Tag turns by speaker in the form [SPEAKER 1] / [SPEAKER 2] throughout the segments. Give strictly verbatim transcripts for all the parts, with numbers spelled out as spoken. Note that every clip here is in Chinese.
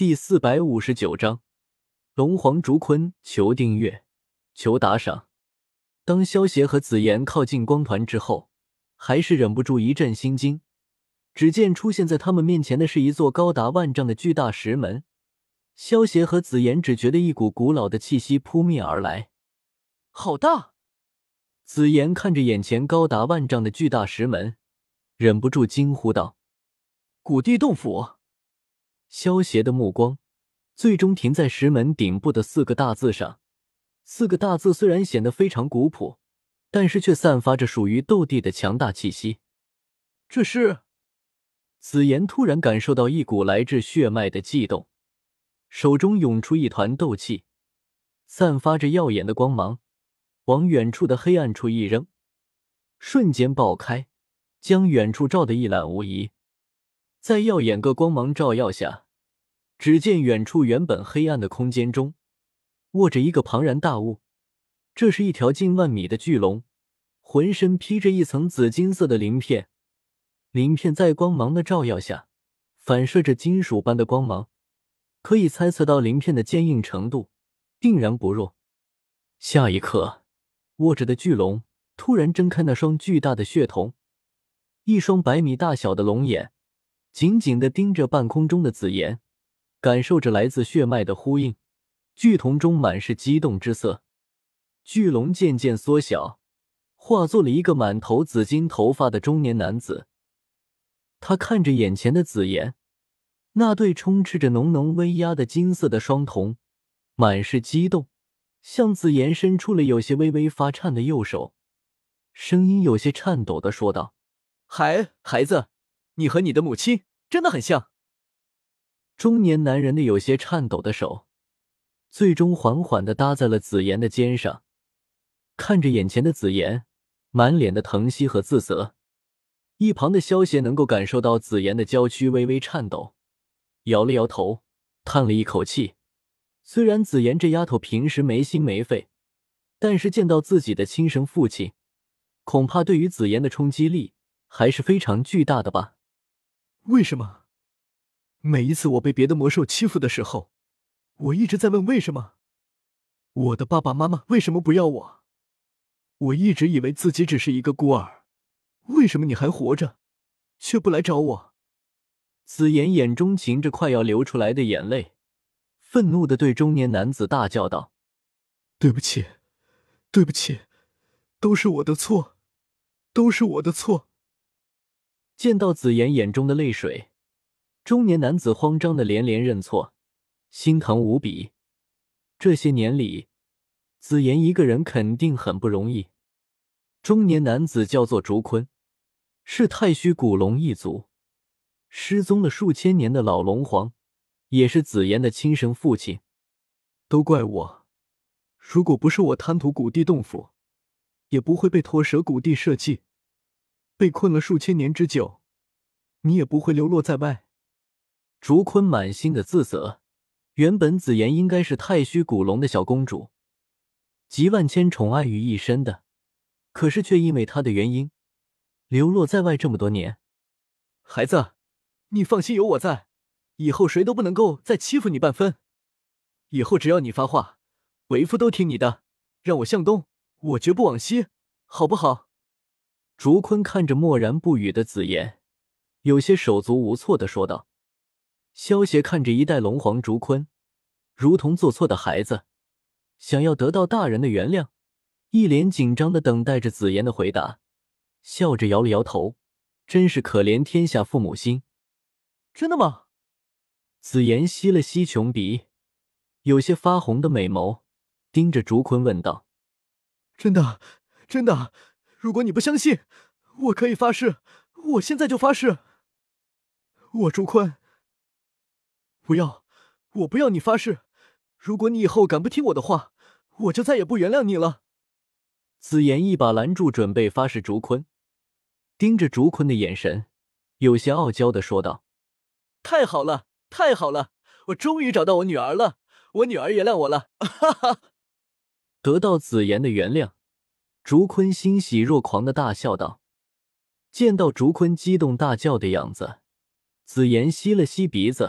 [SPEAKER 1] 第四百五十九章龙皇竹坤，求订阅，求打赏。当萧协和紫妍靠近光团之后，还是忍不住一阵心惊。只见出现在他们面前的是一座高达万丈的巨大石门。萧协和紫妍只觉得一股古老的气息扑面而来。好大！紫妍看着眼前高达万丈的巨大石门，忍不住惊呼道：古地洞府。萧协的目光最终停在石门顶部的四个大字上。四个大字虽然显得非常古朴，但是却散发着属于斗帝的强大气息。这是……紫妍突然感受到一股来自血脉的悸动，手中涌出一团斗气，散发着耀眼的光芒，往远处的黑暗处一扔，瞬间爆开，将远处照得一览无遗。在耀眼个光芒照耀下，只见远处原本黑暗的空间中卧着一个庞然大物。这是一条近万米的巨龙，浑身披着一层紫金色的鳞片，鳞片在光芒的照耀下反射着金属般的光芒，可以猜测到鳞片的坚硬程度定然不弱。下一刻，卧着的巨龙突然睁开那双巨大的血瞳，一双百米大小的龙眼紧紧地盯着半空中的紫妍，感受着来自血脉的呼应，巨瞳中满是激动之色。巨龙渐渐缩小，化作了一个满头紫金头发的中年男子。他看着眼前的紫妍，那对充斥着浓浓威压的金色的双瞳，满是激动，向紫妍伸出了有些微微发颤的右手，声音有些颤抖地说道：孩孩子，你和你的母亲真的很像。中年男人的有些颤抖的手最终缓缓地搭在了紫妍的肩上，看着眼前的紫妍，满脸的疼惜和自责。一旁的萧协能够感受到紫妍的娇躯微微颤抖，摇了摇头，叹了一口气。虽然紫妍这丫头平时没心没肺，但是见到自己的亲生父亲，恐怕对于紫妍的冲击力还是非常巨大的吧。
[SPEAKER 2] 为什么？每一次我被别的魔兽欺负的时候，我一直在问为什么。我的爸爸妈妈为什么不要我？我一直以为自己只是一个孤儿，为什么你还活着，却不来找我？
[SPEAKER 1] 紫妍眼中噙着快要流出来的眼泪，愤怒地对中年男子大叫道：
[SPEAKER 2] 对不起，对不起，都是我的错，都是我的错。
[SPEAKER 1] 见到紫妍眼中的泪水，中年男子慌张地连连认错，心疼无比。这些年里，紫妍一个人肯定很不容易。中年男子叫做竹坤，是太虚古龙一族，失踪了数千年的老龙皇，也是紫妍的亲生父亲。
[SPEAKER 2] 都怪我，如果不是我贪图古地洞府，也不会被驼蛇古地设计，被困了数千年之久，你也不会流落在外。
[SPEAKER 1] 竹坤满心的自责，原本紫妍应该是太虚古龙的小公主，集万千宠爱于一身的，可是却因为他的原因流落在外这么多年。
[SPEAKER 2] 孩子，你放心，有我在，以后谁都不能够再欺负你半分。以后只要你发话，为父都听你的，让我向东，我绝不往西，好不好？
[SPEAKER 1] 竹坤看着默然不语的紫妍，有些手足无措地说道。萧协看着一代龙皇竹坤，如同做错的孩子，想要得到大人的原谅，一脸紧张地等待着紫妍的回答，笑着摇了摇头，真是可怜天下父母心。
[SPEAKER 2] 真的吗？
[SPEAKER 1] 紫妍吸了吸琼鼻，有些发红的美眸盯着竹坤问道：
[SPEAKER 2] 真的，真的，如果你不相信，我可以发誓，我现在就发誓。我竹坤，不要，我不要你发誓，如果你以后敢不听我的话，我就再也不原谅你了。
[SPEAKER 1] 紫妍一把拦住准备发誓竹坤，盯着竹坤的眼神有些傲娇地说道：
[SPEAKER 2] 太好了，太好了，我终于找到我女儿了，我女儿原谅我了，哈哈。
[SPEAKER 1] 得到紫妍的原谅，竹坤欣喜若狂地大笑道。见到竹坤激动大叫的样子，紫妍吸了吸鼻子，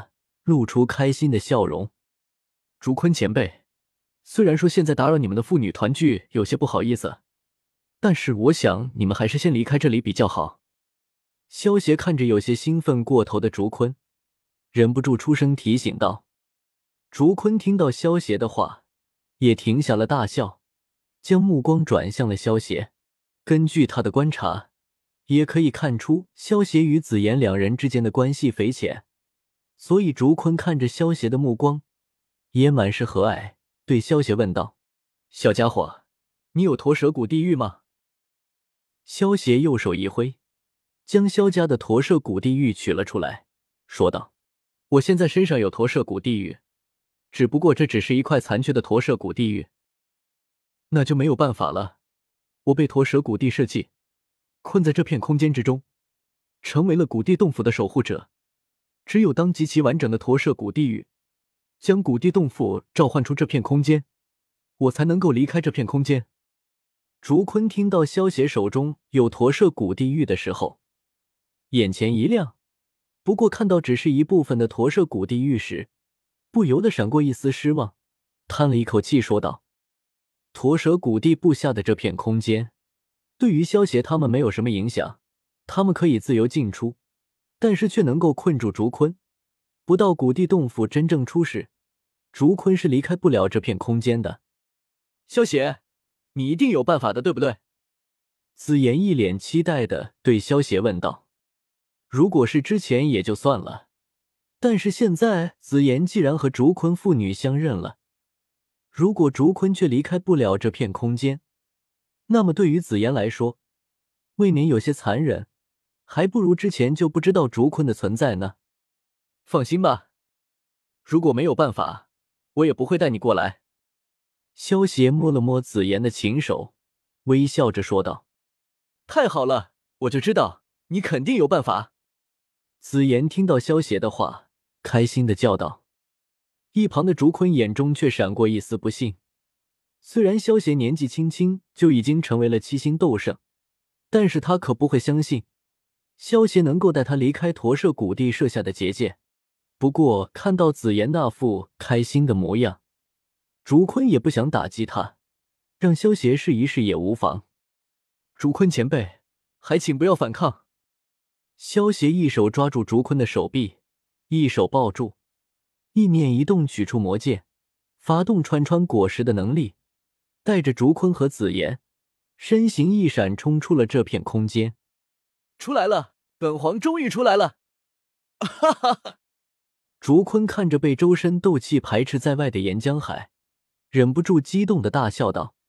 [SPEAKER 1] 露出开心的笑容。
[SPEAKER 2] 竹坤前辈，虽然说现在打扰你们的父女团聚有些不好意思，但是我想你们还是先离开这里比较好。
[SPEAKER 1] 萧协看着有些兴奋过头的竹坤，忍不住出声提醒道。竹坤听到萧协的话，也停下了大笑，将目光转向了萧协。根据他的观察，也可以看出萧协与紫妍两人之间的关系匪浅，所以竹坤看着萧协的目光也满是和蔼，对萧协问道：
[SPEAKER 2] 小家伙，你有驼蛇谷地狱吗？
[SPEAKER 1] 萧协右手一挥，将萧家的驼舍古地狱取了出来，说道：
[SPEAKER 2] 我现在身上有驼舍古地狱，只不过这只是一块残缺的驼舍古地狱。那就没有办法了，我被驼蛇古地设计，困在这片空间之中，成为了古地洞府的守护者。只有当极其完整的驼舍古地狱将古地洞府召唤出这片空间，我才能够离开这片空间。
[SPEAKER 1] 竹坤听到萧协手中有驼舍古地狱的时候，眼前一亮，不过看到只是一部分的驼舍古地狱时，不由得闪过一丝失望，叹了一口气说道：驼蛇谷地布下的这片空间对于萧协他们没有什么影响，他们可以自由进出，但是却能够困住竹坤，不到古地洞府真正出世，竹坤是离开不了这片空间的。
[SPEAKER 2] 萧协，你一定有办法的，对不对？
[SPEAKER 1] 紫妍一脸期待地对萧协问道。如果是之前也就算了，但是现在紫妍既然和竹坤父女相认了，如果竹坤却离开不了这片空间，那么对于紫妍来说，未免有些残忍，还不如之前就不知道竹坤的存在呢。
[SPEAKER 2] 放心吧，如果没有办法，我也不会带你过来。
[SPEAKER 1] 萧协摸了摸紫妍的琴手，微笑着说道：
[SPEAKER 2] 太好了，我就知道你肯定有办法。
[SPEAKER 1] 紫妍听到萧协的话，开心地叫道。一旁的竹坤眼中却闪过一丝不信，虽然萧协年纪轻轻就已经成为了七星斗圣，但是他可不会相信萧协能够带他离开驼舍谷地设下的结界。不过看到紫妍那副开心的模样，竹坤也不想打击他，让萧协试一试也无妨。
[SPEAKER 2] 竹坤前辈，还请不要反抗。
[SPEAKER 1] 萧协一手抓住竹坤的手臂，一手抱住，意念一动，取出魔剑，发动穿穿果实的能力，带着竹坤和紫妍，身形一闪，冲出了这片空间。
[SPEAKER 2] 出来了，本皇终于出来了！哈哈哈！
[SPEAKER 1] 竹坤看着被周身斗气排斥在外的岩浆海，忍不住激动的大笑道。